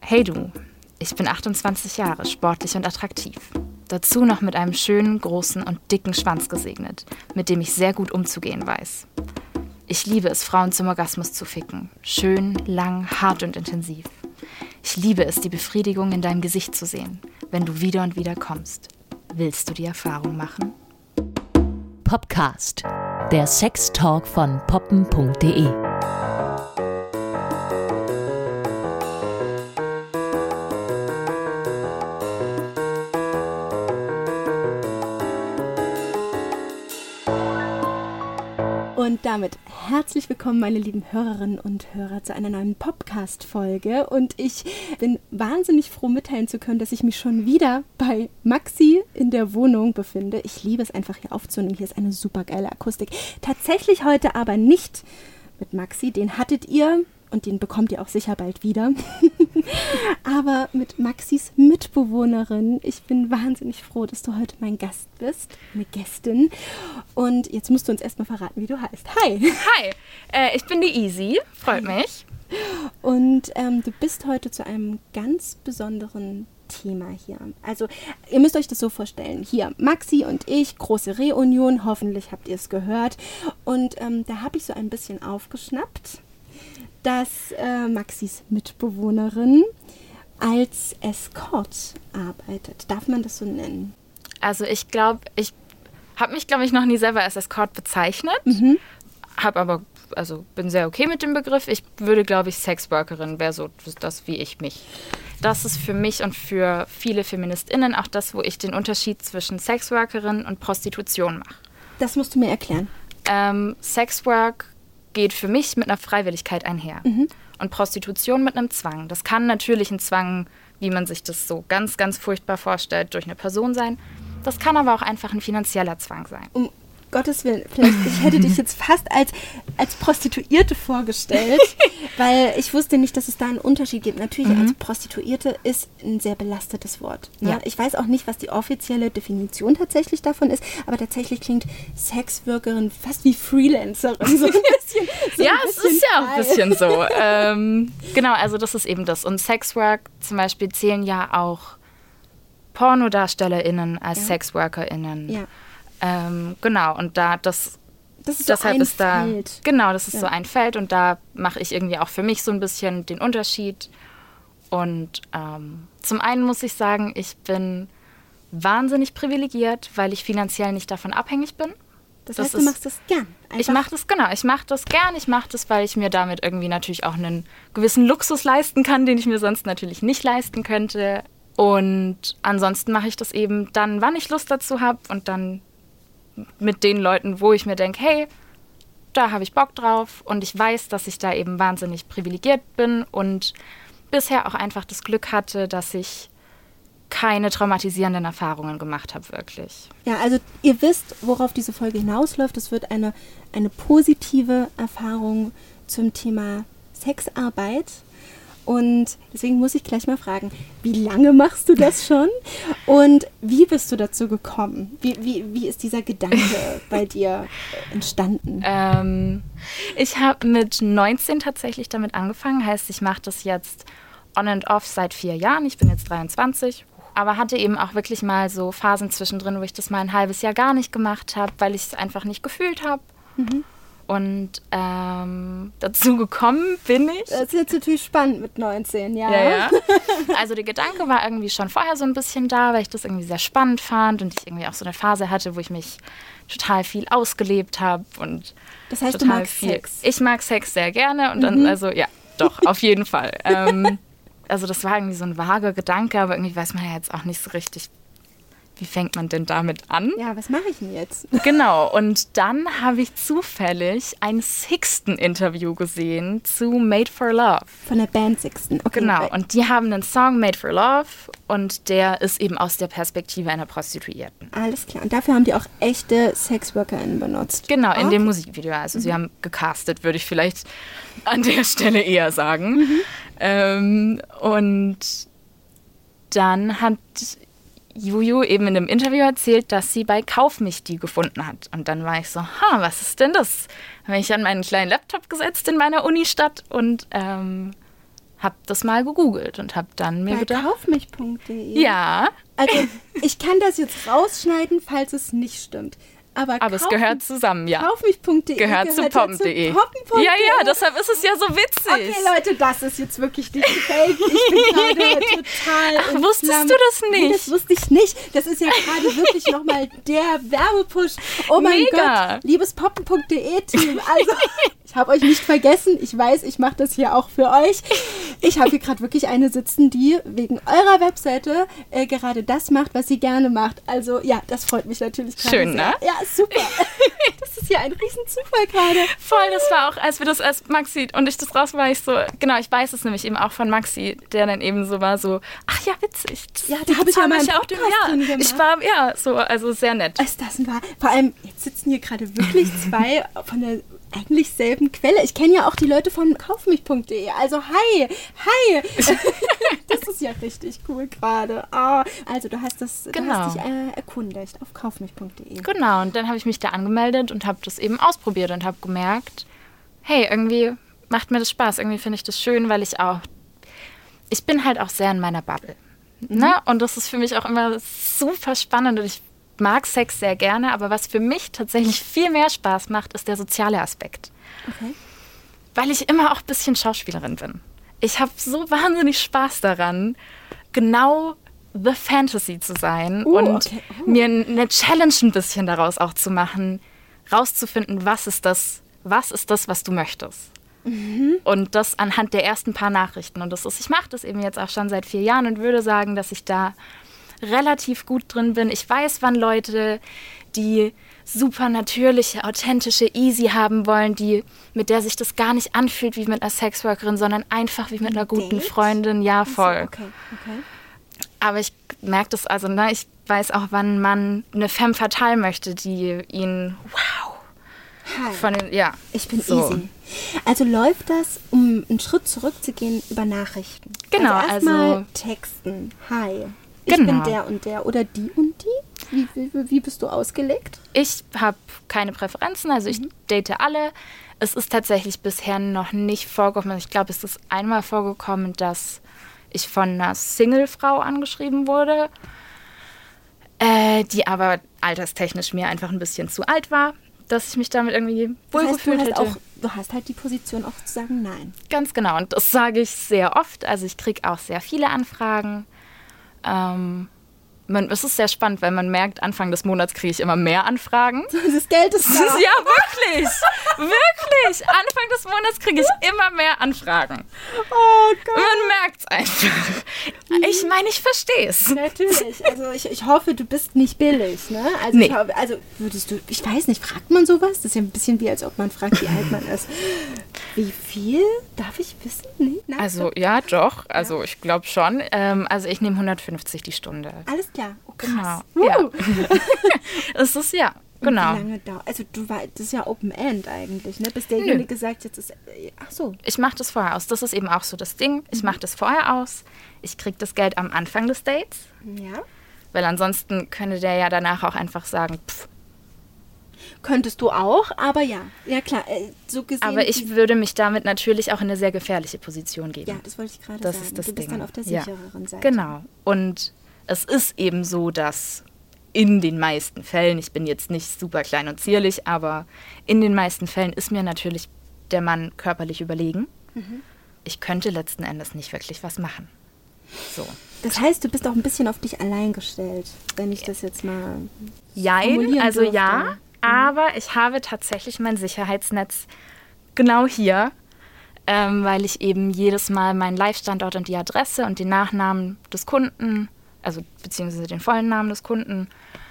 Hey du, ich bin 28 Jahre, sportlich und attraktiv. Dazu noch mit einem schönen, großen und dicken Schwanz gesegnet, mit dem ich sehr gut umzugehen weiß. Ich liebe es, Frauen zum Orgasmus zu ficken. Schön, lang, hart und intensiv. Ich liebe es, die Befriedigung in deinem Gesicht zu sehen, wenn du wieder und wieder kommst. Willst du die Erfahrung machen? Popcast, der Sextalk von poppen.de. Und damit herzlich willkommen, meine lieben Hörerinnen und Hörer, zu einer neuen Podcast-Folge. Und ich bin wahnsinnig froh, mitteilen zu können, dass ich mich schon wieder bei Maxi in der Wohnung befinde. Ich liebe es einfach, hier aufzunehmen. Hier ist eine super geile Akustik. Tatsächlich heute aber nicht mit Maxi, den hattet ihr und den bekommt ihr auch sicher bald wieder. Aber mit Maxis Mitbewohnerin. Ich bin wahnsinnig froh, dass du heute mein Gast bist, eine Gästin. Und jetzt musst du uns erstmal verraten, wie du heißt. Hi! Hi, ich bin die Easy, freut mich. Und du bist heute zu einem ganz besonderen Thema hier. Also ihr müsst euch das so vorstellen. Hier Maxi und ich, große Reunion, hoffentlich habt ihr es gehört. Und da habe ich so ein bisschen aufgeschnappt, dass Maxis Mitbewohnerin als Escort arbeitet. Darf man das so nennen? Also ich glaube, ich habe mich, noch nie selber als Escort bezeichnet. Bin sehr okay mit dem Begriff. Ich würde, glaube ich, Sexworkerin wäre so das, wie ich mich. Das ist für mich und für viele FeministInnen auch das, wo ich den Unterschied zwischen Sexworkerin und Prostitution mache. Das musst du mir erklären. Sexwork geht für mich mit einer Freiwilligkeit einher. Und Prostitution mit einem Zwang. Das kann natürlich ein Zwang, wie man sich das so ganz, ganz furchtbar vorstellt, durch eine Person sein. Das kann aber auch einfach ein finanzieller Zwang sein. Um Gottes Willen, ich hätte dich jetzt fast als Prostituierte vorgestellt, weil ich wusste nicht, dass es da einen Unterschied gibt. Natürlich, als Prostituierte ist ein sehr belastetes Wort. Ne? Ja. Ich weiß auch nicht, was die offizielle Definition tatsächlich davon ist, aber tatsächlich klingt Sexworkerin fast wie Freelancerin. So ein bisschen, es ist ja auch ein bisschen so. Genau, also das ist eben das. Und Sexwork zum Beispiel zählen ja auch PornodarstellerInnen als SexworkerInnen. Ja. Genau, und das ist so ein Feld. Genau, das ist so ein Feld und da mache ich irgendwie auch für mich so ein bisschen den Unterschied. Und zum einen muss ich sagen, ich bin wahnsinnig privilegiert, weil ich finanziell nicht davon abhängig bin. Das heißt, du machst das gern? Einfach. Ich mache das gern. Ich mache das, weil ich mir damit irgendwie natürlich auch einen gewissen Luxus leisten kann, den ich mir sonst natürlich nicht leisten könnte. Und ansonsten mache ich das eben dann, wann ich Lust dazu habe und dann mit den Leuten, wo ich mir denke, hey, da habe ich Bock drauf und ich weiß, dass ich da eben wahnsinnig privilegiert bin und bisher auch einfach das Glück hatte, dass ich keine traumatisierenden Erfahrungen gemacht habe, wirklich. Ja, also ihr wisst, worauf diese Folge hinausläuft. Es wird eine positive Erfahrung zum Thema Sexarbeit. Und deswegen muss ich gleich mal fragen, wie lange machst du das schon und wie bist du dazu gekommen? Wie ist dieser Gedanke bei dir entstanden? Ich habe mit 19 tatsächlich damit angefangen. Heißt, ich mache das jetzt on and off seit 4 Jahren. Ich bin jetzt 23, aber hatte eben auch wirklich mal so Phasen zwischendrin, wo ich das mal ein halbes Jahr gar nicht gemacht habe, weil ich es einfach nicht gefühlt habe. Und dazu gekommen bin ich. Das ist jetzt natürlich spannend mit 19, ja. Ja. Also der Gedanke war irgendwie schon vorher so ein bisschen da, weil ich das irgendwie sehr spannend fand und ich irgendwie auch so eine Phase hatte, wo ich mich total viel ausgelebt habe. Und das heißt, du magst Sex? Ich mag Sex sehr gerne und dann, also ja, doch, auf jeden Fall. Also das war irgendwie so ein vager Gedanke, aber irgendwie weiß man ja jetzt auch nicht so richtig, wie fängt man denn damit an? Ja, was mache ich denn jetzt? Genau, und dann habe ich zufällig ein Sixten-Interview gesehen zu Made for Love. Von der Band Sixten. Okay, genau, und die haben einen Song Made for Love und der ist eben aus der Perspektive einer Prostituierten. Alles klar, und dafür haben die auch echte SexworkerInnen benutzt? Genau, in dem Musikvideo. Also sie haben gecastet, würde ich vielleicht an der Stelle eher sagen. Und dann hat Juju eben in einem Interview erzählt, dass sie bei Kauf mich die gefunden hat. Und dann war ich so, was ist denn das? Habe ich an meinen kleinen Laptop gesetzt in meiner Unistadt und habe das mal gegoogelt und habe dann mir Bei gedacht... kaufmich.de? Ja. Also ich kann das jetzt rausschneiden, falls es nicht stimmt. Aber es gehört zusammen, ja. Kaufmich.de gehört zu poppen.de. Poppen.de. Ja, deshalb ist es ja so witzig. Okay, Leute, das ist jetzt wirklich nicht fake. Ich bin gerade total... Ach, wusstest du das nicht? Nee, das wusste ich nicht. Das ist ja gerade wirklich nochmal der Werbepush. Oh mein Mega. Gott, liebes Poppen.de-Team. Also, ich habe euch nicht vergessen. Ich weiß, ich mache das hier auch für euch. Ich habe hier gerade wirklich eine sitzen, die wegen eurer Webseite gerade das macht, was sie gerne macht. Also ja, das freut mich natürlich gerade schön, sehr. Ne? Ja, super. Das ist ja ein Riesenzufall gerade. Voll, das war auch, als Maxi und ich das raus war, ich so, genau, ich weiß es nämlich eben auch von Maxi, der dann eben so war, so, ach ja, witzig. Ja, da habe ich ja mal einen Podcast drin gemacht. Ich war, also sehr nett. Ist das wahr? Vor allem, jetzt sitzen hier gerade wirklich zwei von der eigentlich selben Quelle. Ich kenne ja auch die Leute von kaufmich.de. Also hi. Das ist ja richtig cool gerade. Oh, also du hast dich erkundigt auf kaufmich.de. Genau, und dann habe ich mich da angemeldet und habe das eben ausprobiert und habe gemerkt, hey, irgendwie macht mir das Spaß. Irgendwie finde ich das schön, weil ich bin halt auch sehr in meiner Bubble. Ne? Und das ist für mich auch immer super spannend und ich mag Sex sehr gerne, aber was für mich tatsächlich viel mehr Spaß macht, ist der soziale Aspekt. Okay. Weil ich immer auch ein bisschen Schauspielerin bin. Ich habe so wahnsinnig Spaß daran, genau the Fantasy zu sein und mir eine Challenge ein bisschen daraus auch zu machen, rauszufinden, was ist das, was du möchtest. Und das anhand der ersten paar Nachrichten. Und ich mache das eben jetzt auch schon seit 4 Jahren und würde sagen, dass ich da relativ gut drin bin. Ich weiß, wann Leute, die super natürliche, authentische Easy haben wollen, mit der sich das gar nicht anfühlt wie mit einer Sexworkerin, sondern einfach wie mit einer guten Freundin. Ja, voll. Okay. Aber ich merke das ich weiß auch, wann man eine femme fatale möchte, die ihn, Hi. Ich bin easy. Also läuft das, um einen Schritt zurückzugehen, über Nachrichten? Genau, also erstmal texten. Hi. Ich bin der und der oder die und die? Wie bist du ausgelegt? Ich habe keine Präferenzen, also ich date alle. Es ist tatsächlich bisher noch nicht vorgekommen. Ich glaube, es ist einmal vorgekommen, dass ich von einer Single-Frau angeschrieben wurde, die aber alterstechnisch mir einfach ein bisschen zu alt war, dass ich mich damit irgendwie wohlgefühlt hätte. Du hast halt die Position auch zu sagen Nein. Ganz genau, und das sage ich sehr oft. Also ich kriege auch sehr viele Anfragen. Es ist sehr spannend, weil man merkt, Anfang des Monats kriege ich immer mehr Anfragen. Das Geld ist da. Ja, wirklich. Wirklich. Anfang des Monats kriege ich immer mehr Anfragen. Oh Gott. Man merkt es einfach. Ich meine, ich verstehe es. Natürlich. Also ich hoffe, du bist nicht billig, ne? Also, nee. Würdest du, ich weiß nicht, fragt man sowas? Das ist ja ein bisschen wie, als ob man fragt, wie alt man ist. Wie viel? Darf ich wissen? Nee? Nein, also, ja, doch. Also, ich glaube schon. Also, ich nehme 150 die Stunde. Alles klar. Oh, krass. Genau. Ja. Es ist, ja, genau. Und wie lange dauert? Also, das ist ja Open End eigentlich, ne? Bis derjenige sagt, jetzt ist. Ach so. Ich mache das vorher aus. Das ist eben auch so das Ding. Ich mache das vorher aus. Ich kriege das Geld am Anfang des Dates. Ja. Weil ansonsten könnte der ja danach auch einfach sagen, pff. Könntest du auch, aber ja. Ja, klar. So gesehen. Aber ich würde mich damit natürlich auch in eine sehr gefährliche Position geben. Ja, das wollte ich gerade sagen. Das ist das Ding. Du bist dann auf der sichereren Seite. Genau. Und es ist eben so, dass in den meisten Fällen, ich bin jetzt nicht super klein und zierlich, aber in den meisten Fällen ist mir natürlich der Mann körperlich überlegen. Ich könnte letzten Endes nicht wirklich was machen. So. Das heißt, du bist auch ein bisschen auf dich allein gestellt, wenn ich das jetzt mal Jein, also dürfte. Ja, aber ich habe tatsächlich mein Sicherheitsnetz genau hier, weil ich eben jedes Mal meinen Live-Standort und die Adresse und den Nachnamen des Kunden, also beziehungsweise den vollen Namen des Kunden,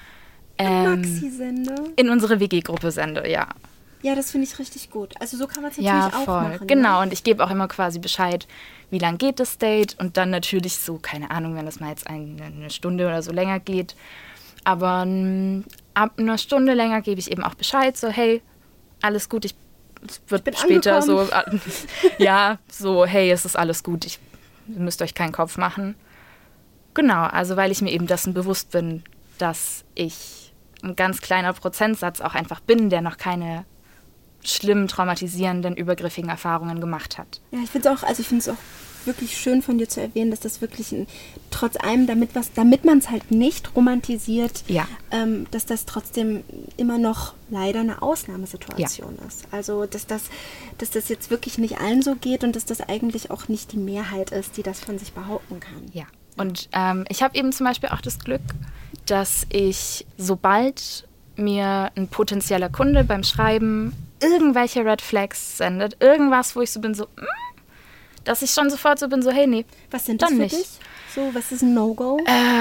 Maxi sende. In unsere WG-Gruppe sende, ja. Ja, das finde ich richtig gut. Also so kann man es natürlich auch machen. Genau, ne? und ich gebe auch immer quasi Bescheid, wie lang geht das Date und dann natürlich so, keine Ahnung, wenn das mal jetzt eine Stunde oder so länger geht. Aber ab einer Stunde länger gebe ich eben auch Bescheid, so hey, alles gut, es wird später angekommen. so, ja, so hey, es ist alles gut, ihr müsst euch keinen Kopf machen. Genau, also weil ich mir eben dessen bewusst bin, dass ich ein ganz kleiner Prozentsatz auch einfach bin, der noch keine schlimmen, traumatisierenden, übergriffigen Erfahrungen gemacht hat. Ja, ich finde es auch wirklich schön von dir zu erwähnen, dass das wirklich trotz allem, damit man es halt nicht romantisiert, dass das trotzdem immer noch leider eine Ausnahmesituation ist. Also, dass das jetzt wirklich nicht allen so geht und dass das eigentlich auch nicht die Mehrheit ist, die das von sich behaupten kann. Ja, und ich habe eben zum Beispiel auch das Glück, dass ich, sobald mir ein potenzieller Kunde beim Schreiben irgendwelche Red Flags sendet, irgendwas, wo ich so bin, so, dass ich schon sofort so bin, so, hey, nee, was sind das für dich? So, was ist ein No-Go?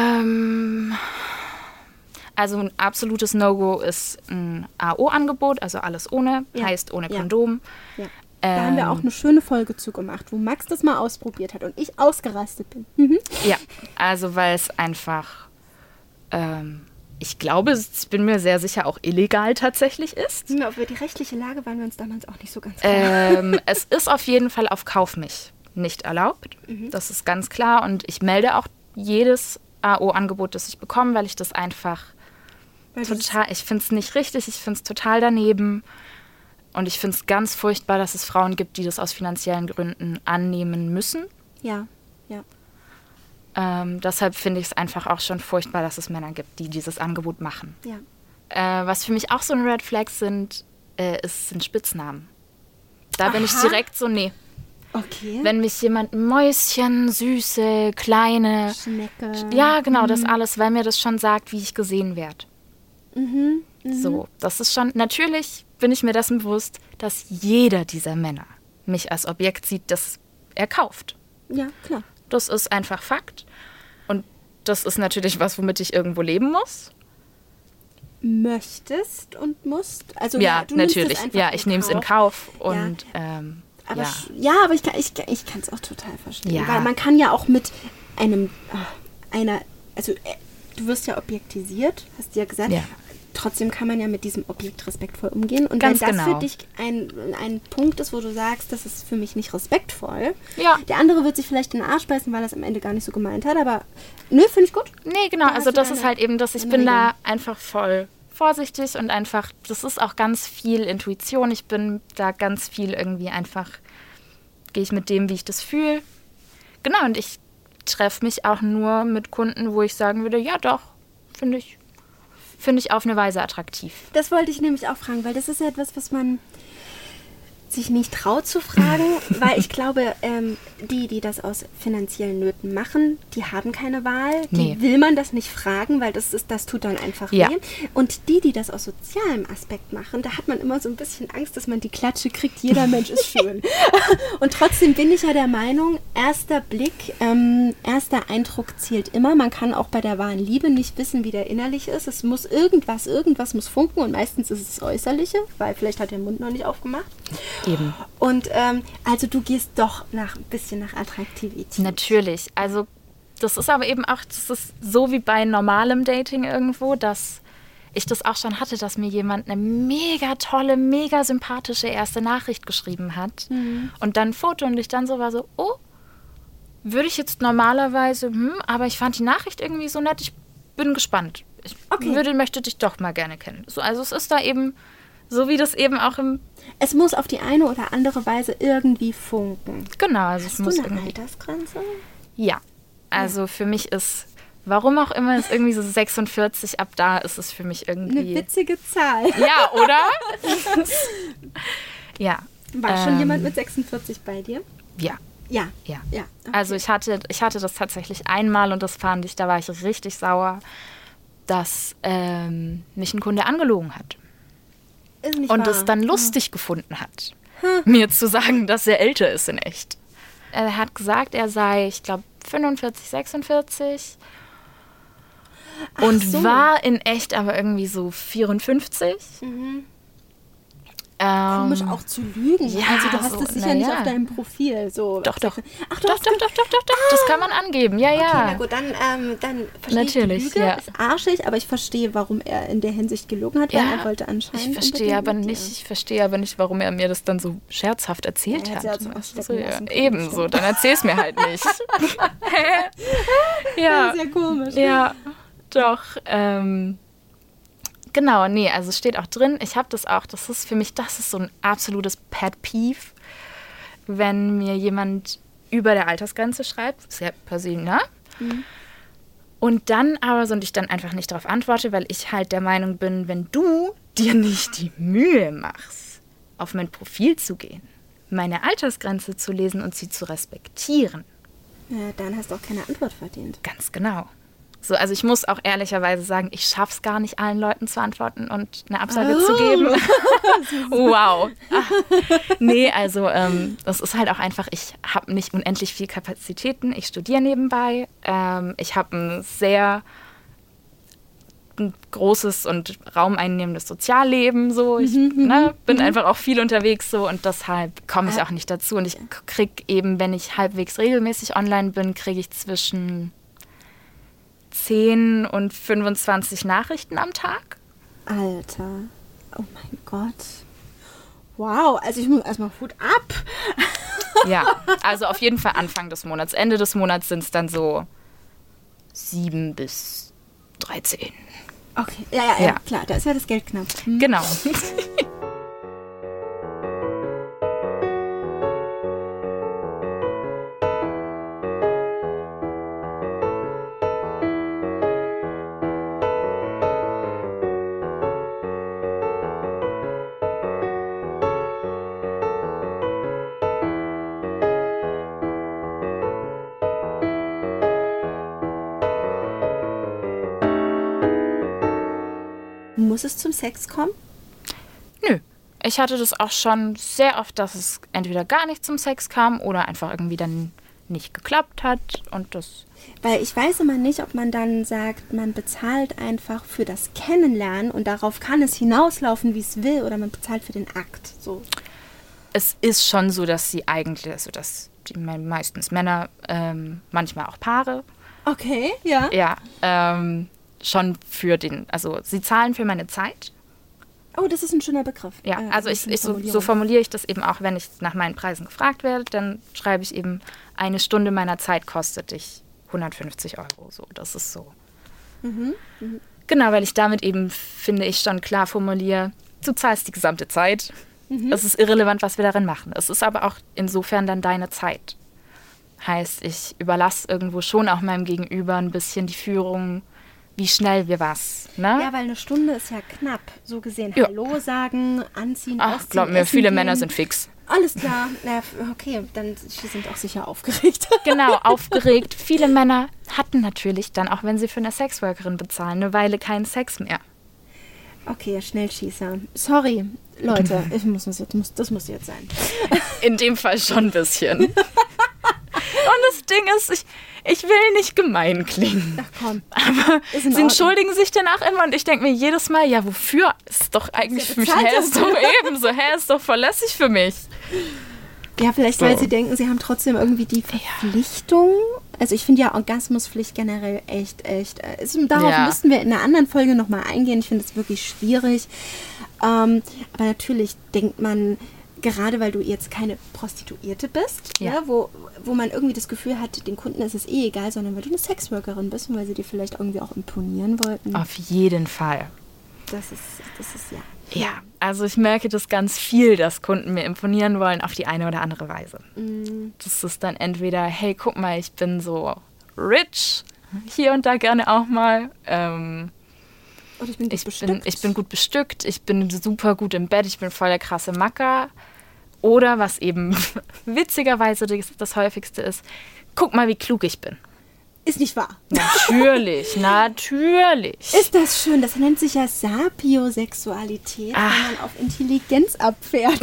Also ein absolutes No-Go ist ein AO-Angebot, also alles ohne, heißt ohne Kondom. Ja. Da haben wir auch eine schöne Folge zu gemacht, wo Max das mal ausprobiert hat und ich ausgerastet bin. Mhm. Ja, also weil es einfach, ich glaube, ich bin mir sehr sicher, auch illegal tatsächlich ist. Ja, über die rechtliche Lage waren wir uns damals auch nicht so ganz klar. Es ist auf jeden Fall auf Kauf mich nicht erlaubt. Das ist ganz klar. Und ich melde auch jedes AO-Angebot, das ich bekomme, weil ich das einfach ich finde es nicht richtig, ich finde es total daneben. Und ich finde es ganz furchtbar, dass es Frauen gibt, die das aus finanziellen Gründen annehmen müssen. Ja. Deshalb finde ich es einfach auch schon furchtbar, dass es Männer gibt, die dieses Angebot machen. Ja. Was für mich auch so ein Red Flag sind Spitznamen. Da bin ich direkt so, nee. Okay. Wenn mich jemand Mäuschen, Süße, Kleine... Schnecke. Ja, genau, das alles, weil mir das schon sagt, wie ich gesehen werde. So, das ist schon... Natürlich bin ich mir dessen bewusst, dass jeder dieser Männer mich als Objekt sieht, das er kauft. Ja, klar. Das ist einfach Fakt. Und das ist natürlich was, womit ich irgendwo leben muss. Möchtest und musst? Also, ja, du natürlich. Ja, ich nehme es in Kauf. Und, aber aber ich kann es auch total verstehen. Ja. Weil man kann ja auch mit du wirst ja objektisiert, hast du ja gesagt. Ja. Trotzdem kann man ja mit diesem Objekt respektvoll umgehen. Und Ganz wenn das genau. für dich ein Punkt ist, wo du sagst, das ist für mich nicht respektvoll, Ja. der andere wird sich vielleicht in den Arsch beißen, weil er es am Ende gar nicht so gemeint hat, aber nö, finde ich gut. Nee, genau, Da also hast du das ist halt eben das, ich bin da einfach voll vorsichtig und einfach, das ist auch ganz viel Intuition, ich bin da ganz viel irgendwie einfach, gehe ich mit dem, wie ich das fühle. Genau, und ich treffe mich auch nur mit Kunden, wo ich sagen würde, ja doch, finde ich auf eine Weise attraktiv. Das wollte ich nämlich auch fragen, weil das ist ja etwas, was man sich nicht traut zu fragen, weil ich glaube, die das aus finanziellen Nöten machen, die haben keine Wahl. Die will man das nicht fragen, weil das tut dann einfach weh. Und die das aus sozialem Aspekt machen, da hat man immer so ein bisschen Angst, dass man die Klatsche kriegt, jeder Mensch ist schön. Und trotzdem bin ich ja der Meinung, erster Blick, erster Eindruck zählt immer. Man kann auch bei der wahren Liebe nicht wissen, wie der innerlich ist. Es muss irgendwas muss funken und meistens ist es das Äußerliche, weil vielleicht hat der Mund noch nicht aufgemacht. Eben. Und also du gehst doch ein bisschen nach Attraktivität. Natürlich. Also das ist aber eben auch, das ist so wie bei normalem Dating irgendwo, dass ich das auch schon hatte, dass mir jemand eine mega tolle, mega sympathische erste Nachricht geschrieben hat. Und dann ein Foto und ich dann so war so, oh, würde ich jetzt normalerweise, aber ich fand die Nachricht irgendwie so nett, ich bin gespannt. Ich möchte dich doch mal gerne kennen. So, also es ist da eben... So wie das eben auch Es muss auf die eine oder andere Weise irgendwie funken. Genau, also Hast es muss du eine irgendwie... Altersgrenze? Ja, also für mich ist, warum auch immer, ist irgendwie so 46, ab da ist es für mich irgendwie... Eine witzige Zahl. Ja, oder? Ja. War schon jemand mit 46 bei dir? Ja. Ja. Okay. Also ich hatte das tatsächlich einmal und das fand ich, da war ich richtig sauer, dass mich ein Kunde angelogen hat. Und es dann lustig gefunden hat, mir zu sagen, dass er älter ist in echt. Er hat gesagt, er sei, ich glaube, 45, 46 und war in echt aber irgendwie so 54. Komisch auch zu lügen. Ja, also du hast so, es sicher nicht auf deinem Profil. So. Doch. Ach, Doch. Das kann man angeben, ja. Okay, na gut, dann verstehe ich die Lüge. Ist arschig, aber ich verstehe, warum er in der Hinsicht gelogen hat, weil er wollte anscheinend... Ich verstehe aber nicht, warum er mir das dann so scherzhaft erzählt hat. Ebenso, dann erzähl's mir halt nicht. Ja. Das ist ja komisch. Ja, doch. Genau, nee, also es steht auch drin, ich habe das auch, das ist so ein absolutes Pet Peeve, wenn mir jemand über der Altersgrenze schreibe, sehr persönlich, ne? Und dann aber so, und ich dann einfach nicht darauf antworte, weil ich halt der Meinung bin, wenn du dir nicht die Mühe machst, auf mein Profil zu gehen, meine Altersgrenze zu lesen und sie zu respektieren. Ja, dann hast du auch keine Antwort verdient. Ganz genau. So, also ich muss auch ehrlicherweise sagen, ich schaff's gar nicht, allen Leuten zu antworten und eine Absage zu geben. Wow. Nee, also das ist halt auch einfach, ich habe nicht unendlich viel Kapazitäten. Ich studiere nebenbei. Ich habe ein großes und raumeinnehmendes Sozialleben. So. Ich bin einfach auch viel unterwegs so und deshalb komme ich auch nicht dazu. Und ich kriege eben, wenn ich halbwegs regelmäßig online bin, kriege ich zwischen 10 und 25 Nachrichten am Tag. Alter, oh mein Gott. Wow, also ich muss erstmal Hut ab. Ja, also auf jeden Fall Anfang des Monats. Ende des Monats sind es dann so 7 bis 13. Okay, ja, klar, da ist ja das Geld knapp. Genau. Muss es zum Sex kommen? Nö. Ich hatte das auch schon sehr oft, dass es entweder gar nicht zum Sex kam oder einfach irgendwie dann nicht geklappt hat und das... Weil ich weiß immer nicht, ob man dann sagt, man bezahlt einfach für das Kennenlernen und darauf kann es hinauslaufen, wie es will, oder man bezahlt für den Akt. So. Es ist schon so, dass sie eigentlich, also dass die meistens Männer, manchmal auch Paare. Okay, ja. Ja, schon für den, also sie zahlen für meine Zeit. Oh, das ist ein schöner Begriff. Ja, also so formuliere ich das eben auch, wenn ich nach meinen Preisen gefragt werde, dann schreibe ich eben, 1 Stunde meiner Zeit kostet dich 150 €. So, das ist so. Genau, weil ich damit eben, finde ich, schon klar formuliere, du zahlst die gesamte Zeit. Es ist irrelevant, was wir darin machen. Es ist aber auch insofern dann deine Zeit. Heißt, ich überlasse irgendwo schon auch meinem Gegenüber ein bisschen die Führung, wie schnell wir was. Ne? Ja, weil 1 Stunde ist ja knapp. So gesehen, ja. Hallo sagen, anziehen, Ach, ausziehen, glaub mir, essen viele gehen. Männer sind fix. Alles klar. Na, okay, dann sie sind auch sicher aufgeregt. Genau, aufgeregt. Viele Männer hatten natürlich dann, auch wenn sie für eine Sexworkerin bezahlen, eine Weile keinen Sex mehr. Okay, Schnellschießer. Sorry, Leute, das muss jetzt sein. In dem Fall schon ein bisschen. Und das Ding ist, ich will nicht gemein klingen. Ach komm. Aber sie entschuldigen sich danach immer und ich denke mir jedes Mal, ja, wofür? Ist doch eigentlich für mich, ist doch ebenso, ist doch verlässlich für mich. Ja, vielleicht, weil sie denken, sie haben trotzdem irgendwie die Verpflichtung. Also ich finde ja Orgasmuspflicht generell echt. Darauf müssten wir in einer anderen Folge nochmal eingehen. Ich finde es wirklich schwierig. Aber natürlich denkt man, gerade weil du jetzt keine Prostituierte bist, ja. wo man irgendwie das Gefühl hat, den Kunden ist es eh egal, sondern weil du eine Sexworkerin bist und weil sie dir vielleicht irgendwie auch imponieren wollten. Auf jeden Fall. Das ist ja. Ja, also ich merke das ganz viel, dass Kunden mir imponieren wollen auf die eine oder andere Weise. Das ist dann entweder, hey, guck mal, ich bin so rich, hier und da gerne auch mal. Und ich bin gut bestückt. Ich bin gut bestückt, ich bin super gut im Bett, ich bin voll der krasse Macker. Oder was eben witzigerweise das häufigste ist, guck mal, wie klug ich bin. Ist nicht wahr. Natürlich. Ist das schön? Das nennt sich ja Sapiosexualität, wenn man auf Intelligenz abfährt.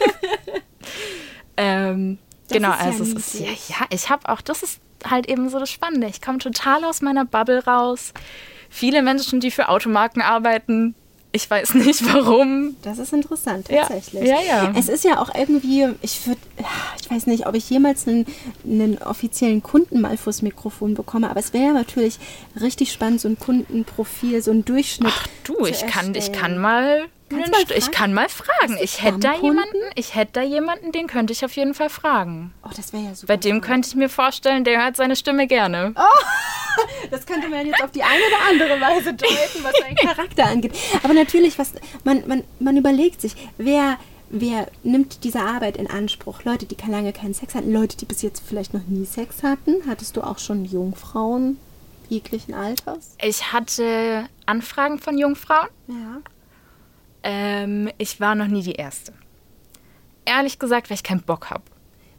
Genau, also es ist, ich habe auch, das ist halt eben so das Spannende. Ich komme total aus meiner Bubble raus. Viele Menschen, die für Automarken arbeiten, ich weiß nicht warum. Das ist interessant, tatsächlich. Ja. Es ist ja auch irgendwie, ich weiß nicht, ob ich jemals einen offiziellen Kunden mal vors Mikrofon bekomme, aber es wäre ja natürlich richtig spannend, so ein Kundenprofil, so ein Durchschnitt. Ach du, ich kann mal fragen. Ich hätte da jemanden, den könnte ich auf jeden Fall fragen. Oh, das wäre ja super. Bei dem könnte ich mir vorstellen, der hört seine Stimme gerne. Oh, das könnte man jetzt auf die eine oder andere Weise deuten, was seinen Charakter angeht. Aber natürlich, man überlegt sich, wer wer nimmt diese Arbeit in Anspruch? Leute, die lange keinen Sex hatten, Leute, die bis jetzt vielleicht noch nie Sex hatten? Hattest du auch schon Jungfrauen jeglichen Alters? Ich hatte Anfragen von Jungfrauen. Ja. Ich war noch nie die Erste. Ehrlich gesagt, weil ich keinen Bock habe.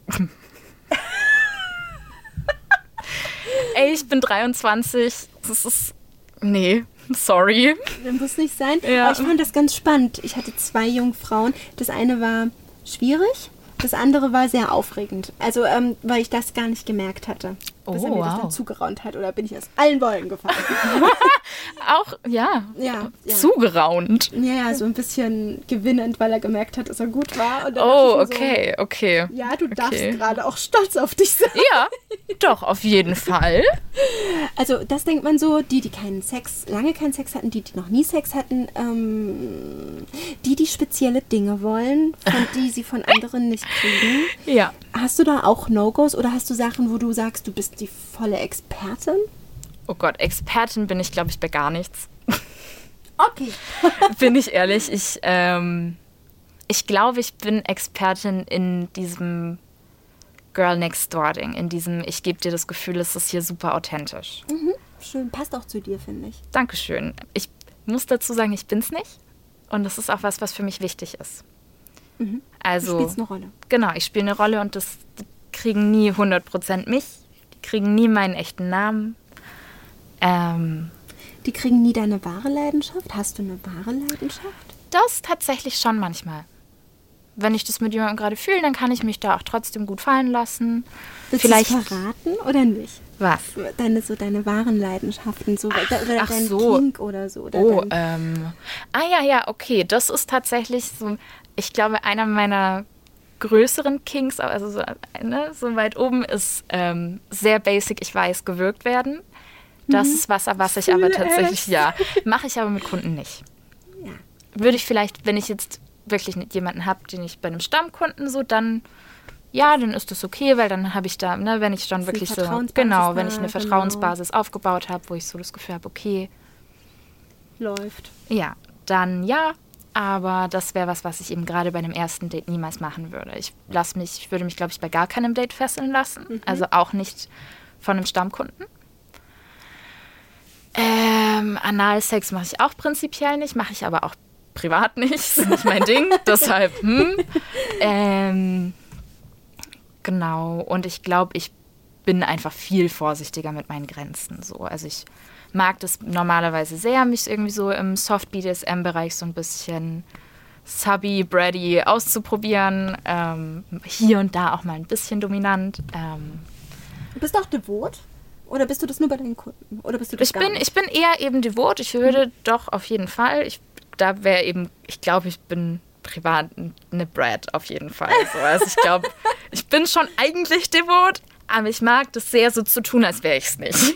Ey, ich bin 23. Das ist... Nee, sorry. Das muss nicht sein. Ja. Aber ich fand das ganz spannend. Ich hatte 2 Jungfrauen. Das eine war schwierig, das andere war sehr aufregend. Also, weil ich das gar nicht gemerkt hatte. Bis er mir das dann zugeraunt hat. Oder bin ich aus allen Wolken gefallen. Auch, ja. Ja. Zugeraunt. Ja, so ein bisschen gewinnend, weil er gemerkt hat, dass er gut war. Und dann Okay. Ja, du darfst gerade auch stolz auf dich sein. Ja, doch, auf jeden Fall. Also das denkt man so, die lange keinen Sex hatten, die noch nie Sex hatten, die spezielle Dinge wollen, die sie von anderen nicht kriegen. Ja. Hast du da auch No-Gos oder hast du Sachen, wo du sagst, du bist die volle Expertin? Oh Gott, Expertin bin ich, glaube ich, bei gar nichts. Okay. Bin ich ehrlich. Ich glaube, ich bin Expertin in diesem Girl Next Door Ding. In diesem, ich gebe dir das Gefühl, es ist hier super authentisch. Mhm. Schön, passt auch zu dir, finde ich. Dankeschön. Ich muss dazu sagen, ich bin's nicht. Und das ist auch was für mich wichtig ist. Mhm. Also, du spielst eine Rolle. Genau, ich spiele eine Rolle und die kriegen nie 100% mich. Die kriegen nie meinen echten Namen. Die kriegen nie deine wahre Leidenschaft? Hast du eine wahre Leidenschaft? Das tatsächlich schon manchmal. Wenn ich das mit jemandem gerade fühle, dann kann ich mich da auch trotzdem gut fallen lassen. Willst du es verraten oder nicht? Was? Deine wahren Leidenschaften, so, oder dein so. Kink oder so. Oder ja, okay. Das ist tatsächlich so, ich glaube, einer meiner größeren Kinks, also so weit oben, ist sehr basic, ich weiß, gewürgt werden. Das ist was ich aber tatsächlich, mache ich aber mit Kunden nicht. Ja. Würde ich vielleicht, wenn ich jetzt wirklich jemanden habe, den ich bei einem Stammkunden so, dann ist das okay, weil dann habe ich da, wenn ich schon wirklich so, wenn ich eine Vertrauensbasis aufgebaut habe, wo ich so das Gefühl habe, okay. Läuft. Ja, dann ja, aber das wäre was ich eben gerade bei einem ersten Date niemals machen würde. Ich würde mich, glaube ich, bei gar keinem Date fesseln lassen, also auch nicht von einem Stammkunden. Analsex mache ich auch prinzipiell nicht, mache ich aber auch privat nicht, ist nicht mein Ding, deshalb, genau, und ich glaube, ich bin einfach viel vorsichtiger mit meinen Grenzen, so, also ich mag das normalerweise sehr, mich irgendwie so im Soft-BDSM-Bereich so ein bisschen subby, bratty auszuprobieren, hier und da auch mal ein bisschen dominant. Du bist auch devot? Oder bist du das nur bei deinen Kunden? Oder bist du das Ich bin eher eben devot. Ich würde doch auf jeden Fall. Ich glaube, ich bin privat eine Brat auf jeden Fall. Also ich glaube, ich bin schon eigentlich devot, aber ich mag das sehr so zu tun, als wäre ich es nicht.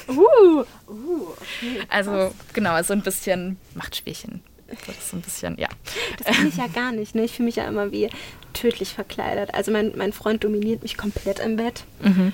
Okay. Also genau, so ein bisschen Machtspielchen. Das ist so ein bisschen, ja. Das kann ich ja gar nicht, ne? Ich fühle mich ja immer wie tödlich verkleidet. Also mein Freund dominiert mich komplett im Bett. Mhm.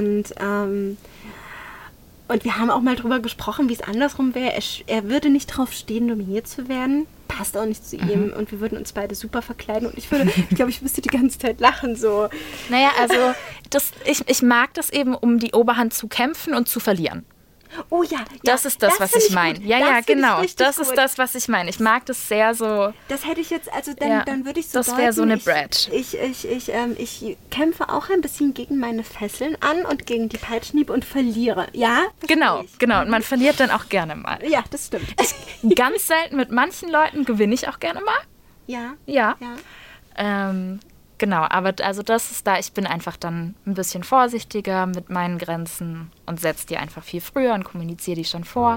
Und wir haben auch mal drüber gesprochen, wie es andersrum wäre. Er würde nicht drauf stehen, dominiert zu werden. Passt auch nicht zu ihm. Und wir würden uns beide super verkleiden. Und ich glaube, ich müsste die ganze Zeit lachen. So. Naja, also ich mag das eben, um die Oberhand zu kämpfen und zu verlieren. Oh ja. Das ist das, was ich meine. Ja, genau. Das ist gut. das, was ich meine. Ich mag das sehr so. Das hätte ich jetzt, also dann würde ich so das wäre so eine Brat. Ich kämpfe auch ein bisschen gegen meine Fesseln an und gegen die Peitschenhiebe und verliere. Ja? Genau. Und man verliert dann auch gerne mal. Ja, das stimmt. Ganz selten mit manchen Leuten gewinne ich auch gerne mal. Ja. Genau, aber also das ist da, ich bin einfach dann ein bisschen vorsichtiger mit meinen Grenzen und setze die einfach viel früher und kommuniziere die schon vor.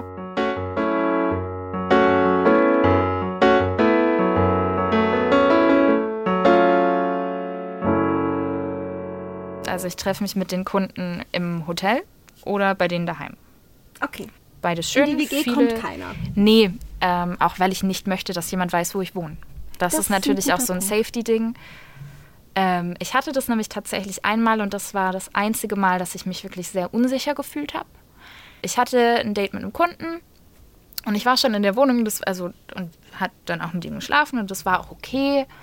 Also ich treffe mich mit den Kunden im Hotel oder bei denen daheim. Okay. Beides schön. In die WG kommt keiner? Nee, auch weil ich nicht möchte, dass jemand weiß, wo ich wohne. Das ist natürlich auch so ein Safety-Ding. Ich hatte das nämlich tatsächlich einmal und das war das einzige Mal, dass ich mich wirklich sehr unsicher gefühlt habe. Ich hatte ein Date mit einem Kunden und ich war schon in der Wohnung und hat dann auch mit ihm geschlafen und das war auch okay.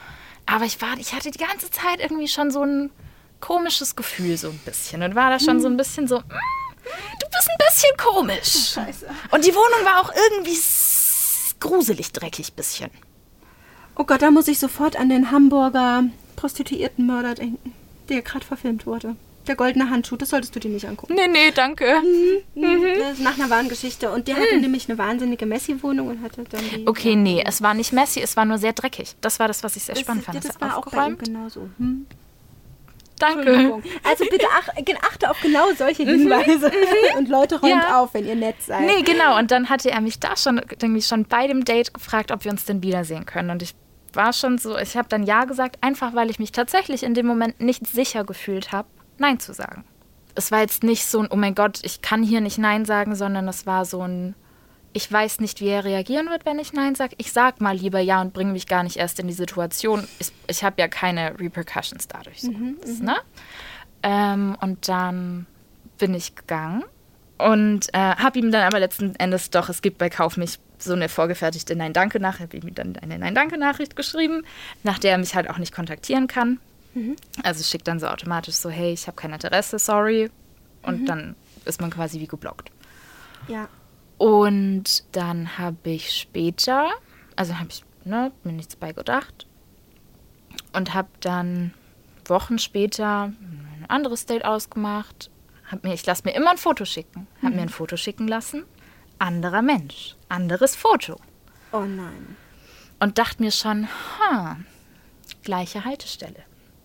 Aber ich hatte die ganze Zeit irgendwie schon so ein komisches Gefühl so ein bisschen und war da schon so ein bisschen so, du bist ein bisschen komisch. Scheiße. Und die Wohnung war auch irgendwie gruselig dreckig bisschen. Oh Gott, da muss ich sofort an den Hamburger Prostituiertenmörder denken, der gerade verfilmt wurde. Der goldene Handschuh, das solltest du dir nicht angucken. Nee, danke. Das ist nach einer wahren Geschichte. Und der hatte nämlich eine wahnsinnige Messi-Wohnung und hatte dann die... Okay, nee, es war nicht messy, es war nur sehr dreckig. Das war das, was ich sehr spannend fand. Das war auch bei ihm genauso. Danke. Also bitte achte auf genau solche Hinweise. Und Leute, räumt auf, wenn ihr nett seid. Nee, genau. Und dann hatte er mich da schon bei dem Date gefragt, ob wir uns denn wiedersehen können. Und ich war schon so, ich habe dann ja gesagt, einfach weil ich mich tatsächlich in dem Moment nicht sicher gefühlt habe, Nein zu sagen. Es war jetzt nicht so ein, oh mein Gott, ich kann hier nicht Nein sagen, sondern es war so ein, ich weiß nicht, wie er reagieren wird, wenn ich Nein sage. Ich sag mal lieber ja und bringe mich gar nicht erst in die Situation. Ich habe ja keine Repercussions dadurch. So. Ne? Und dann bin ich gegangen und habe ihm dann aber letzten Endes doch, es gibt bei Kauf mich so eine vorgefertigte Nein-Danke-Nachricht, habe ihm dann eine Nein-Danke-Nachricht geschrieben, nach der er mich halt auch nicht kontaktieren kann. Also schickt dann so automatisch so, hey, ich habe kein Interesse, sorry. Und dann ist man quasi wie geblockt. Ja. Und dann habe ich später, also habe ich mir nichts bei gedacht und habe dann Wochen später ein anderes Date ausgemacht. Ich lasse mir immer ein Foto schicken. Habe mir ein Foto schicken lassen. Anderer Mensch, anderes Foto. Oh nein. Und dachte mir schon, gleiche Haltestelle.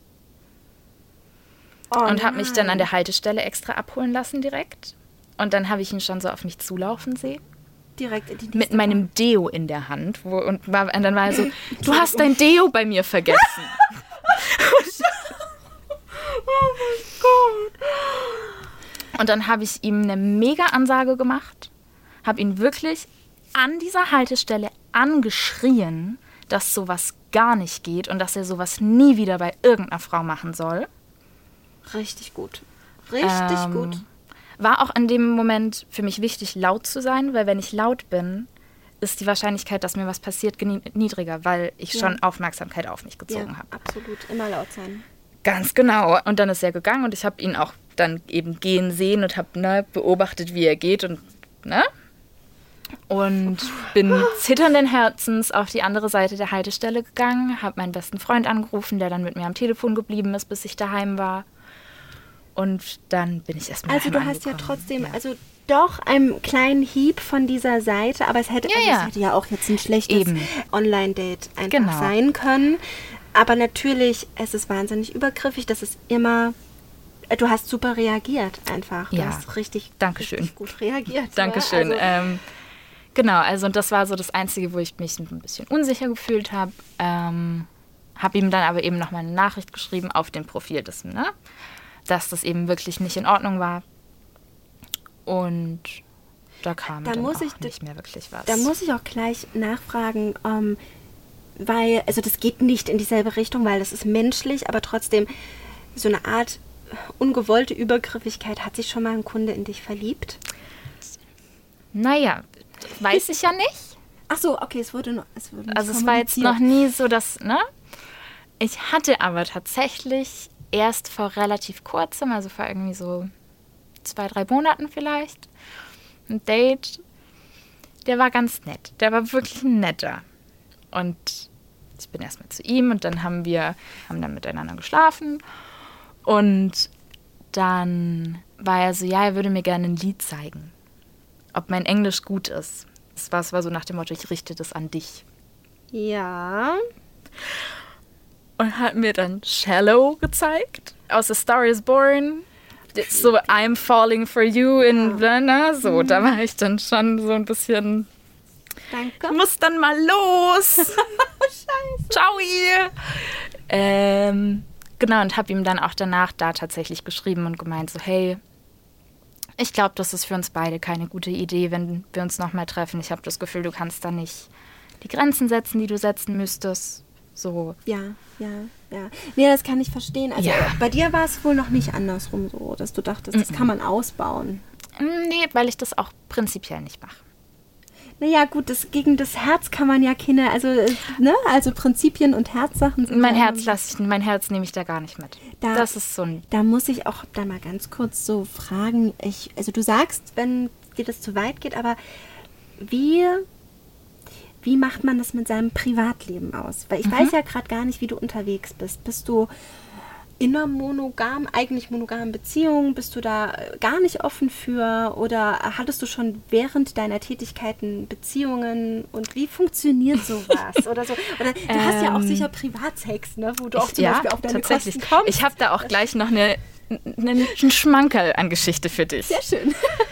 Oh und habe mich dann an der Haltestelle extra abholen lassen direkt. Und dann habe ich ihn schon so auf mich zulaufen sehen. Direkt in die mit meinem Deo in der Hand. Und dann war er so, du hast dein Deo bei mir vergessen. Oh mein Gott. Und dann habe ich ihm eine mega Ansage gemacht. Habe ihn wirklich an dieser Haltestelle angeschrien, dass sowas gar nicht geht und dass er sowas nie wieder bei irgendeiner Frau machen soll. Richtig gut. Richtig gut. War auch in dem Moment für mich wichtig, laut zu sein, weil wenn ich laut bin, ist die Wahrscheinlichkeit, dass mir was passiert, niedriger, weil ich schon Aufmerksamkeit auf mich gezogen habe. Absolut. Immer laut sein. Ganz genau. Und dann ist er gegangen und ich habe ihn auch dann eben gehen sehen und habe beobachtet, wie er geht und bin zitternden Herzens auf die andere Seite der Haltestelle gegangen, habe meinen besten Freund angerufen, der dann mit mir am Telefon geblieben ist, bis ich daheim war. Und dann bin ich erstmal Also du hast ja trotzdem, also doch einen kleinen Hieb von dieser Seite, aber es hätte ja auch jetzt ein schlechtes Online-Date einfach sein können. Aber natürlich, es ist wahnsinnig übergriffig, das ist immer, du hast super reagiert einfach. Du hast richtig gut reagiert. Dankeschön. Also, genau, also das war so das Einzige, wo ich mich ein bisschen unsicher gefühlt habe. Habe ihm dann aber eben nochmal eine Nachricht geschrieben auf dem Profil dass das eben wirklich nicht in Ordnung war. Und da kam dann auch nicht mehr wirklich was. Da muss ich auch gleich nachfragen, weil, also das geht nicht in dieselbe Richtung, weil das ist menschlich, aber trotzdem so eine Art ungewollte Übergriffigkeit. Hat sich schon mal ein Kunde in dich verliebt? Naja, weiß ich ja nicht. Ach so, okay, es wurde also es war jetzt noch nie so, dass, Ich hatte aber tatsächlich erst vor relativ kurzem, also vor irgendwie so 2-3 Monaten vielleicht, ein Date, der war ganz nett. Der war wirklich ein netter. Und ich bin erstmal zu ihm und dann haben dann miteinander geschlafen. Und dann war er so, er würde mir gerne ein Lied zeigen. Ob mein Englisch gut ist. Das war so nach dem Motto, ich richte das an dich. Ja. Und hat mir dann Shallow gezeigt. Aus A Star Is Born. So, I'm falling for you in so. Da war ich dann schon so ein bisschen... Danke. Ich muss dann mal los. Scheiße. Ciao. Genau, und habe ihm dann auch danach da tatsächlich geschrieben und gemeint so, hey, ich glaube, das ist für uns beide keine gute Idee, wenn wir uns nochmal treffen. Ich habe das Gefühl, du kannst da nicht die Grenzen setzen, die du setzen müsstest. So. Ja. Nee, das kann ich verstehen. Also bei dir war es wohl noch nicht andersrum so, dass du dachtest, das kann man ausbauen. Nee, weil ich das auch prinzipiell nicht mache. Naja, gut, gegen das Herz kann man ja keine, also Prinzipien und Herzsachen sind. Mein Herz nehme ich da gar nicht mit. Das ist so ein... Da muss ich auch da mal ganz kurz so fragen, also du sagst, wenn dir das zu weit geht, aber wie macht man das mit seinem Privatleben aus? Weil ich weiß ja gerade gar nicht, wie du unterwegs bist. Bist du in einer eigentlich monogamen Beziehung? Bist du da gar nicht offen für? Oder hattest du schon während deiner Tätigkeiten Beziehungen? Und wie funktioniert sowas? Oder so? Oder du hast ja auch sicher Privatsex, ne? Wo du auch zum Beispiel auf deine Kosten kommst. Ich habe da auch gleich noch einen Schmankerl an Geschichte für dich. Sehr schön.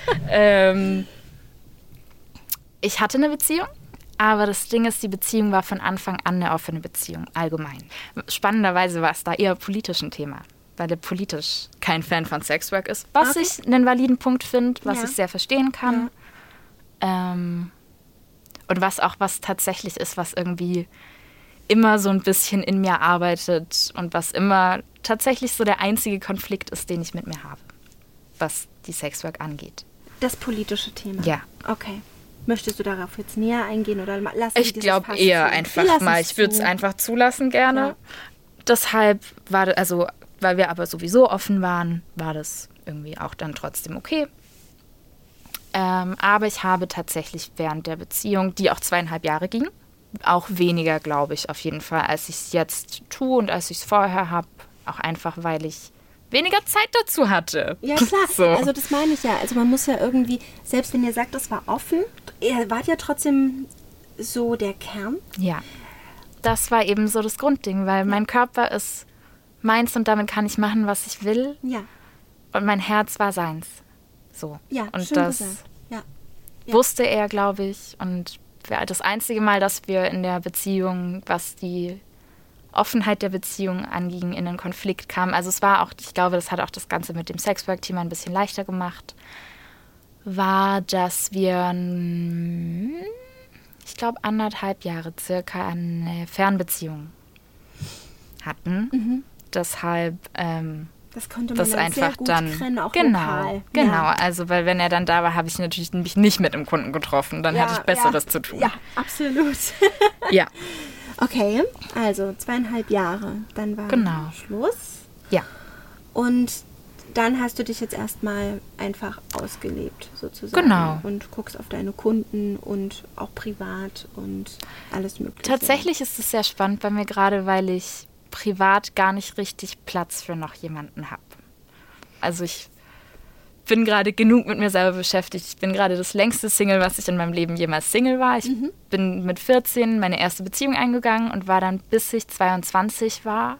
Ich hatte eine Beziehung. Aber das Ding ist, die Beziehung war von Anfang an eine offene Beziehung, allgemein. Spannenderweise war es da eher politisch ein Thema, weil er politisch kein Fan von Sexwork ist, was ich einen validen Punkt finde, was ich sehr verstehen kann. Ja. Und was tatsächlich ist, was irgendwie immer so ein bisschen in mir arbeitet und was immer tatsächlich so der einzige Konflikt ist, den ich mit mir habe, was die Sexwork angeht. Das politische Thema? Ja. Okay. Möchtest du darauf jetzt näher eingehen oder lassen? Ich glaube eher einfach mal. Ich würde es einfach zulassen gerne. Ja. Deshalb weil wir aber sowieso offen waren, war das irgendwie auch dann trotzdem okay. Aber ich habe tatsächlich während der Beziehung, die auch 2,5 Jahre ging, auch weniger, glaube ich, auf jeden Fall, als ich es jetzt tue und als ich es vorher habe. Auch einfach, weil ich weniger Zeit dazu hatte. Ja, klar. So. Also das meine ich ja. Also man muss ja irgendwie, selbst wenn ihr sagt, das war offen, ihr wart ja trotzdem so der Kern. Ja. Das war eben so das Grundding, weil mein Körper ist meins und damit kann ich machen, was ich will. Ja. Und mein Herz war seins. So. Ja, und schön das gesagt. Ja. wusste er, glaube ich. Und das einzige Mal, dass wir in der Beziehung, was die Offenheit der Beziehung anging, in einen Konflikt kam. Also es war auch, ich glaube, das hat auch das Ganze mit dem Sexwork-Thema ein bisschen leichter gemacht, war, dass wir, ich glaube, 1,5 Jahre circa eine Fernbeziehung hatten. Mhm. Deshalb das konnte man dann einfach sehr gut dann trennen, auch genau, lokal. Genau, Ja. also weil wenn er dann da war, habe ich natürlich mich nicht mit dem Kunden getroffen. Dann hatte ich Besseres zu tun. Ja, absolut. Ja. Okay, also 2,5 Jahre, dann war Schluss. Ja. Und dann hast du dich jetzt erstmal einfach ausgelebt, sozusagen. Genau. Und guckst auf deine Kunden und auch privat und alles Mögliche. Tatsächlich ist es sehr spannend bei mir gerade, weil ich privat gar nicht richtig Platz für noch jemanden habe. Also ich bin gerade genug mit mir selber beschäftigt. Ich bin gerade das längste Single, was ich in meinem Leben jemals Single war. Ich bin mit 14 meine erste Beziehung eingegangen und war dann, bis ich 22 war,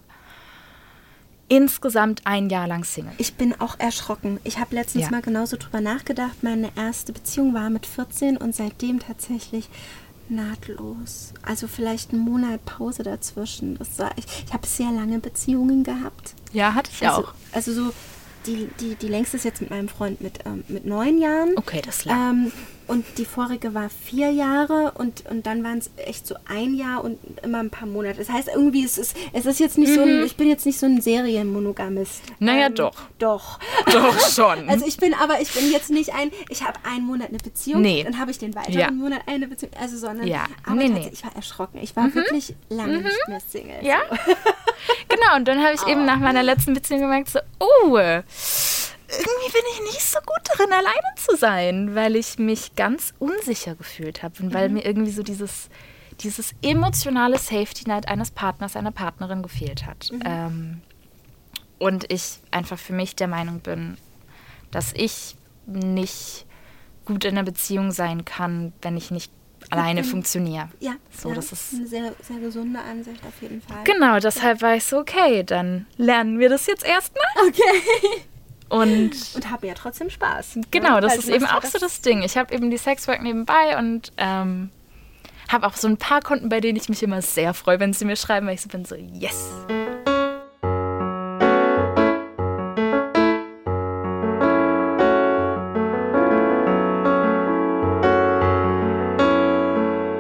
insgesamt 1 Jahr lang Single. Ich bin auch erschrocken. Ich habe letztens mal genauso drüber nachgedacht. Meine erste Beziehung war mit 14 und seitdem tatsächlich nahtlos. Also vielleicht einen Monat Pause dazwischen. Ich habe sehr lange Beziehungen gehabt. Ja, hatte ich auch. Also so die längste ist jetzt mit meinem Freund mit 9 Jahren. Okay, das ist lang. Und die vorige war 4 Jahre und dann waren es echt so 1 Jahr und immer ein paar Monate. Das heißt, irgendwie es ist jetzt nicht so ein, ich bin jetzt nicht so ein Serienmonogamist. Naja, doch. Doch. Doch schon. Also ich bin jetzt nicht ich habe einen Monat eine Beziehung, dann habe ich den weiteren Monat eine Beziehung, also sondern, aber ich war erschrocken. Ich war wirklich lange nicht mehr Single. Ja, genau. Und dann habe ich eben nach meiner letzten Beziehung gemerkt, so, irgendwie bin ich nicht so gut darin, alleine zu sein, weil ich mich ganz unsicher gefühlt habe und weil mir irgendwie so dieses emotionale Safety-Net eines Partners, einer Partnerin gefehlt hat. Und ich einfach für mich der Meinung bin, dass ich nicht gut in einer Beziehung sein kann, wenn ich nicht alleine funktioniere. Ja, so, das ist eine sehr, sehr gesunde Ansicht auf jeden Fall. Genau, deshalb war ich so, okay, dann lernen wir das jetzt erstmal. Okay. Und haben ja trotzdem Spaß. Genau, das ist eben auch so das Ding. Ich habe eben die Sexwork nebenbei und habe auch so ein paar Kunden, bei denen ich mich immer sehr freue, wenn sie mir schreiben, weil ich so bin, so yes.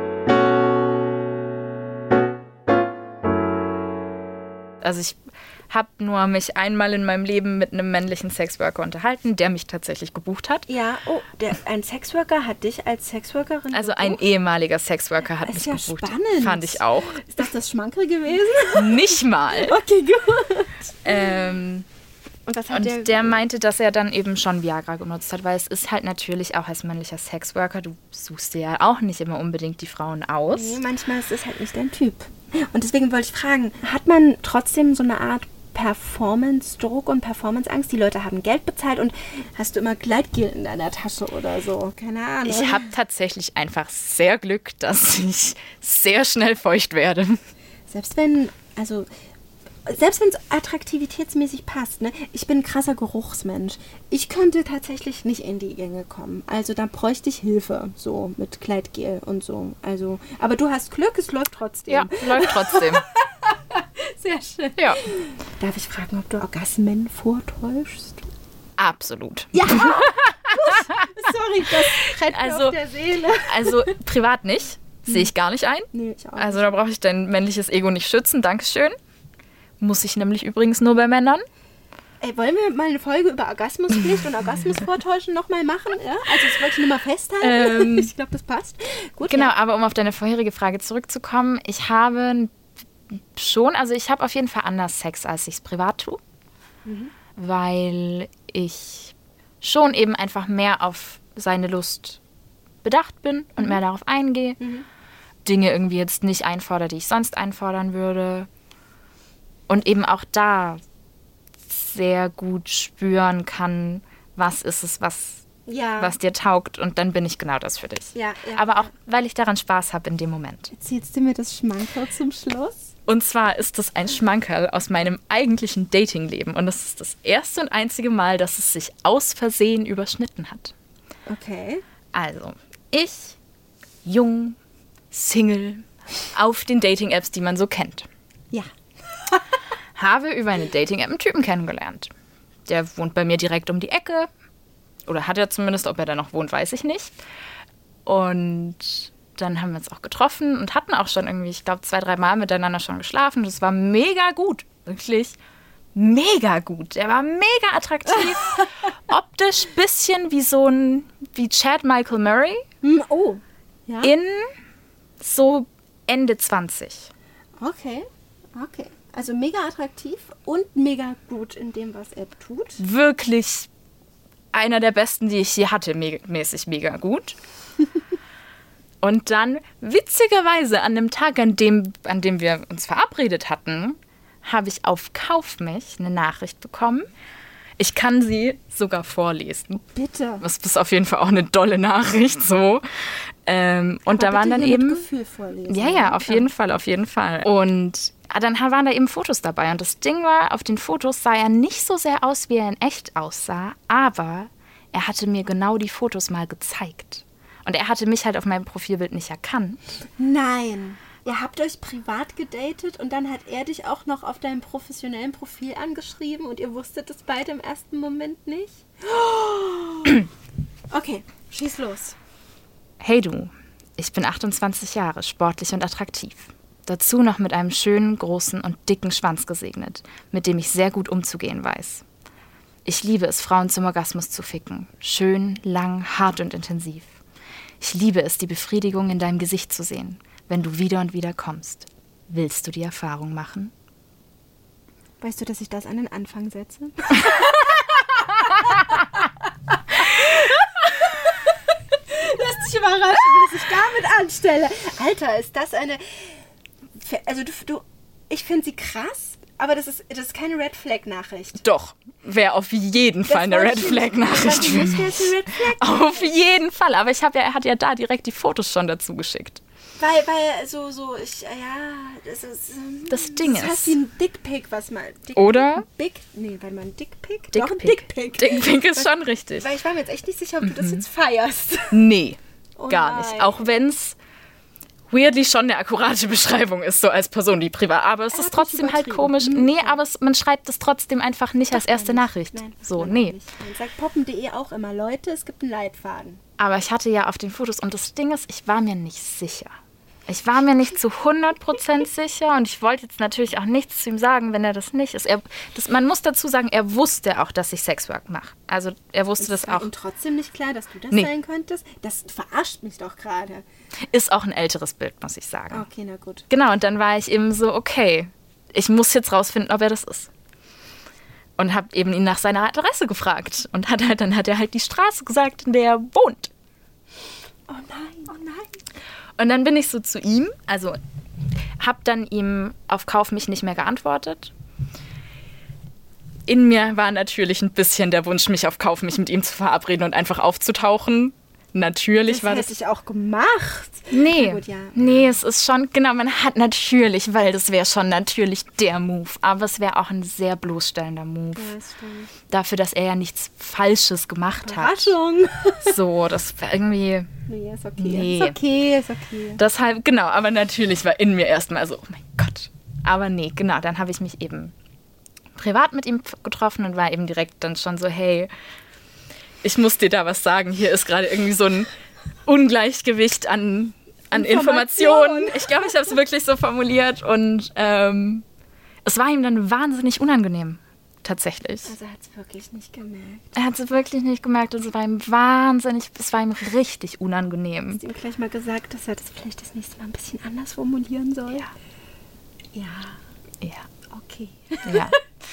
Also ich habe nur mich einmal in meinem Leben mit einem männlichen Sexworker unterhalten, der mich tatsächlich gebucht hat. Ja, ein Sexworker hat dich als Sexworkerin Also gebucht? ein ehemaliger Sexworker hat ist mich ja gebucht. Spannend. Fand ich auch. Ist das Schmankerl gewesen? Nicht mal. Okay, gut. Und was hat der meinte, dass er dann eben schon Viagra genutzt hat, weil es ist halt natürlich auch als männlicher Sexworker, du suchst dir ja auch nicht immer unbedingt die Frauen aus. Nee, manchmal ist es halt nicht dein Typ. Und deswegen wollte ich fragen, hat man trotzdem so eine Art Performance-Druck und Performance-Angst? Die Leute haben Geld bezahlt und hast du immer Gleitgel in deiner Tasche oder so? Keine Ahnung. Ich habe tatsächlich einfach sehr Glück, dass ich sehr schnell feucht werde. Selbst wenn es attraktivitätsmäßig passt, ne? Ich bin ein krasser Geruchsmensch. Ich könnte tatsächlich nicht in die Gänge kommen. Also da bräuchte ich Hilfe, so mit Gleitgel und so. Also, aber du hast Glück, es läuft trotzdem. Ja, läuft trotzdem. Sehr schön. Ja. Darf ich fragen, ob du Orgasmen vortäuschst? Absolut. Ja! Sorry, das brennt mir auf der Seele. Also privat nicht. Sehe ich gar nicht ein. Nee, ich auch Also da brauche ich dein männliches Ego nicht schützen. Dankeschön. Muss ich nämlich übrigens nur bei Männern. Ey, wollen wir mal eine Folge über Orgasmuspflicht und Orgasmusvortäuschen nochmal machen? Ja? Also das wollte ich nur mal festhalten. Ich glaube, das passt. Gut, genau, ja. aber um auf deine vorherige Frage zurückzukommen, ich habe auf jeden Fall anders Sex, als ich es privat tue. Weil ich schon eben einfach mehr auf seine Lust bedacht bin und mehr darauf eingehe. Dinge irgendwie jetzt nicht einfordere, die ich sonst einfordern würde. Und eben auch da sehr gut spüren kann, was ist es, was dir taugt. Und dann bin ich genau das für dich. Ja, aber auch, weil ich daran Spaß habe in dem Moment. Erzählst du mir das Schmankerl zum Schluss? Und zwar ist das ein Schmankerl aus meinem eigentlichen Datingleben. Und das ist das erste und einzige Mal, dass es sich aus Versehen überschnitten hat. Okay. Also, ich, jung, Single, auf den Dating-Apps, die man so kennt. Ja. Habe über eine Dating-App einen Typen kennengelernt. Der wohnt bei mir direkt um die Ecke. Oder hat er zumindest, ob er da noch wohnt, weiß ich nicht. Und dann haben wir uns auch getroffen und hatten auch schon irgendwie, ich glaube, 2-3 Mal miteinander schon geschlafen. Das war mega gut. Wirklich mega gut. Der war mega attraktiv. Optisch bisschen wie Chad Michael Murray. Oh. Ja. In so Ende 20. Okay. Also mega attraktiv und mega gut in dem, was er tut. Wirklich einer der besten, die ich je hatte, mäßig mega gut. Und dann, witzigerweise, an dem Tag, an dem wir uns verabredet hatten, habe ich auf Kaufmich eine Nachricht bekommen. Ich kann sie sogar vorlesen. Bitte. Das ist auf jeden Fall auch eine dolle Nachricht, so. Und da waren dann eben... Mit Gefühl vorlesen. Ja, auf jeden Fall. Und dann waren da eben Fotos dabei. Und das Ding war, auf den Fotos sah er nicht so sehr aus, wie er in echt aussah, aber er hatte mir genau die Fotos mal gezeigt. Und er hatte mich halt auf meinem Profilbild nicht erkannt. Nein. Ihr habt euch privat gedatet und dann hat er dich auch noch auf deinem professionellen Profil angeschrieben und ihr wusstet es beide im ersten Moment nicht? Okay, schieß los. Hey du, ich bin 28 Jahre, sportlich und attraktiv. Dazu noch mit einem schönen, großen und dicken Schwanz gesegnet, mit dem ich sehr gut umzugehen weiß. Ich liebe es, Frauen zum Orgasmus zu ficken. Schön, lang, hart und intensiv. Ich liebe es, die Befriedigung in deinem Gesicht zu sehen, wenn du wieder und wieder kommst. Willst du die Erfahrung machen? Weißt du, dass ich das an den Anfang setze? Lass dich überraschen, was ich damit anstelle. Alter, ist das eine... Also ich finde sie krass, aber das ist keine Red Flag Nachricht. Doch, wäre auf jeden Fall eine Red Flag Nachricht für mich. Auf jeden Fall, aber er hat ja da direkt die Fotos schon dazu geschickt. Weil das Ding ist. Das heißt wie ein Dickpick, was mal. Oder? Warte mal, ein Dickpick? Dickpick. Dickpick ist schon richtig. Weil ich war mir jetzt echt nicht sicher, ob du das jetzt feierst. Nee, Oh gar nicht. Auch wenn es weirdly schon eine akkurate Beschreibung ist, so als Person, die privat. Aber es ist trotzdem halt komisch. Nee, aber man schreibt es trotzdem einfach nicht als erste Nachricht. Nein, so, nee. Man sagt poppen.de auch immer, Leute, es gibt einen Leitfaden. Aber ich hatte ja auf den Fotos, und das Ding ist, ich war mir nicht sicher. Ich war mir nicht zu 100% sicher und ich wollte jetzt natürlich auch nichts zu ihm sagen, wenn er das nicht ist. Man muss dazu sagen, er wusste auch, dass ich Sexwork mache. Also er wusste das auch. War ihm trotzdem nicht klar, dass du das Nee. sein könntest? Das verarscht mich doch gerade. Ist auch ein älteres Bild, muss ich sagen. Okay, na gut. Genau, und dann war ich eben so, okay, ich muss jetzt rausfinden, ob er das ist. Und habe eben ihn nach seiner Adresse gefragt. Und dann hat er halt die Straße gesagt, in der er wohnt. Oh nein, oh nein. Und dann bin ich so zu ihm, also habe dann ihm auf Kauf mich nicht mehr geantwortet. In mir war natürlich ein bisschen der Wunsch, mich auf Kauf mich mit ihm zu verabreden und einfach aufzutauchen. Natürlich war das... hätte ich auch gemacht. Nee, Na gut, ja. nee, es ist schon, genau, man hat natürlich, weil das wäre schon natürlich der Move, aber es wäre auch ein sehr bloßstellender Move. Ja, das stimmt. Dafür, dass er ja nichts Falsches gemacht hat. Überraschung. So, das war irgendwie... Nee, ist okay. Nee. Ist okay. Deshalb, genau, aber natürlich war in mir erstmal so, oh mein Gott. Aber nee, genau, dann habe ich mich eben privat mit ihm getroffen und war eben direkt dann schon so, hey, ich muss dir da was sagen. Hier ist gerade irgendwie so ein Ungleichgewicht an Informationen. Ich glaube, ich habe es wirklich so formuliert und es war ihm dann wahnsinnig unangenehm, tatsächlich. Also er hat es wirklich nicht gemerkt. Er hat es wirklich nicht gemerkt und es war ihm richtig unangenehm. Hast du ihm gleich mal gesagt, dass er das vielleicht das nächste Mal ein bisschen anders formulieren soll? Ja. Ja, Ja, okay. ja.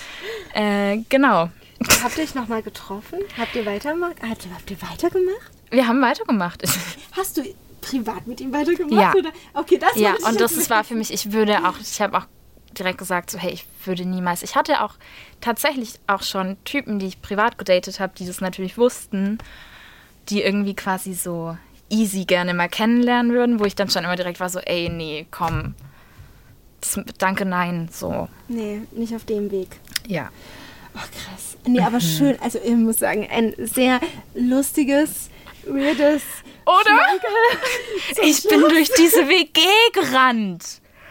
Genau. Habt ihr euch nochmal getroffen? Habt ihr weitergemacht? Habt ihr weitergemacht? Wir haben weitergemacht. Hast du privat mit ihm weitergemacht? Ja. Oder? Okay, das Ja, wollte ich und jetzt das war für mich, ich habe auch direkt gesagt, so hey, ich würde niemals. Ich hatte auch tatsächlich auch schon Typen, die ich privat gedatet habe, die das natürlich wussten, die irgendwie quasi so easy gerne mal kennenlernen würden, wo ich dann schon immer direkt war so, ey, nee, komm, danke, nein, so. Nee, nicht auf dem Weg. Ja. Oh, krass. Nee, aber schön. Also ich muss sagen, ein sehr lustiges, weirdes... Oder? Ich bin durch diese WG gerannt.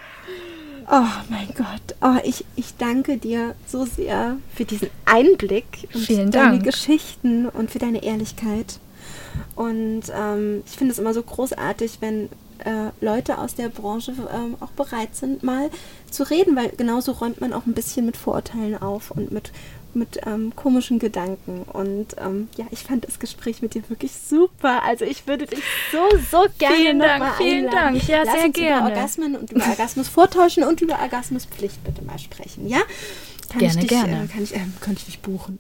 Oh mein Gott. Oh, ich danke dir so sehr für diesen Einblick und Vielen deine Dank. Geschichten und für deine Ehrlichkeit. Und ich finde es immer so großartig, wenn Leute aus der Branche auch bereit sind, mal zu reden, weil genauso räumt man auch ein bisschen mit Vorurteilen auf und mit komischen Gedanken. Und ja, ich fand das Gespräch mit dir wirklich super. Also ich würde dich so gerne Vielen noch Dank, mal vielen einladen. Dank. Ja, Lass sehr uns gerne. über Orgasmen und über Orgasmus vortäuschen und über Orgasmuspflicht bitte mal sprechen, ja? Gerne. Kann ich dich buchen?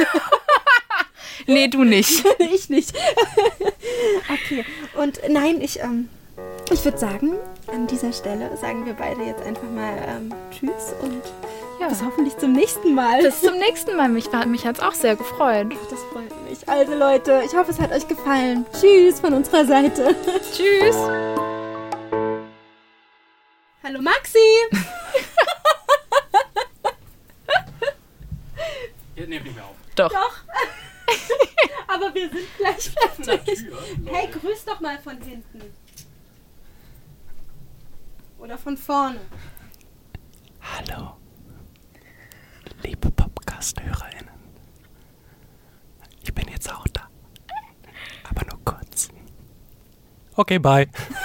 Nee, du nicht. Ich nicht. Okay. Und nein, ich würde sagen, an dieser Stelle sagen wir beide jetzt einfach mal Tschüss und Ja. bis hoffentlich zum nächsten Mal. Bis zum nächsten Mal. Mich hat es auch sehr gefreut. Das freut mich. Also Leute, ich hoffe, es hat euch gefallen. Tschüss von unserer Seite. Tschüss. Hallo Maxi. Ihr nehmt nicht mehr auf. Doch. Aber wir sind gleich fertig. Hey, grüß doch mal von hinten. Oder von vorne. Hallo, liebe Podcast-HörerInnen. Ich bin jetzt auch da. Aber nur kurz. Okay, bye.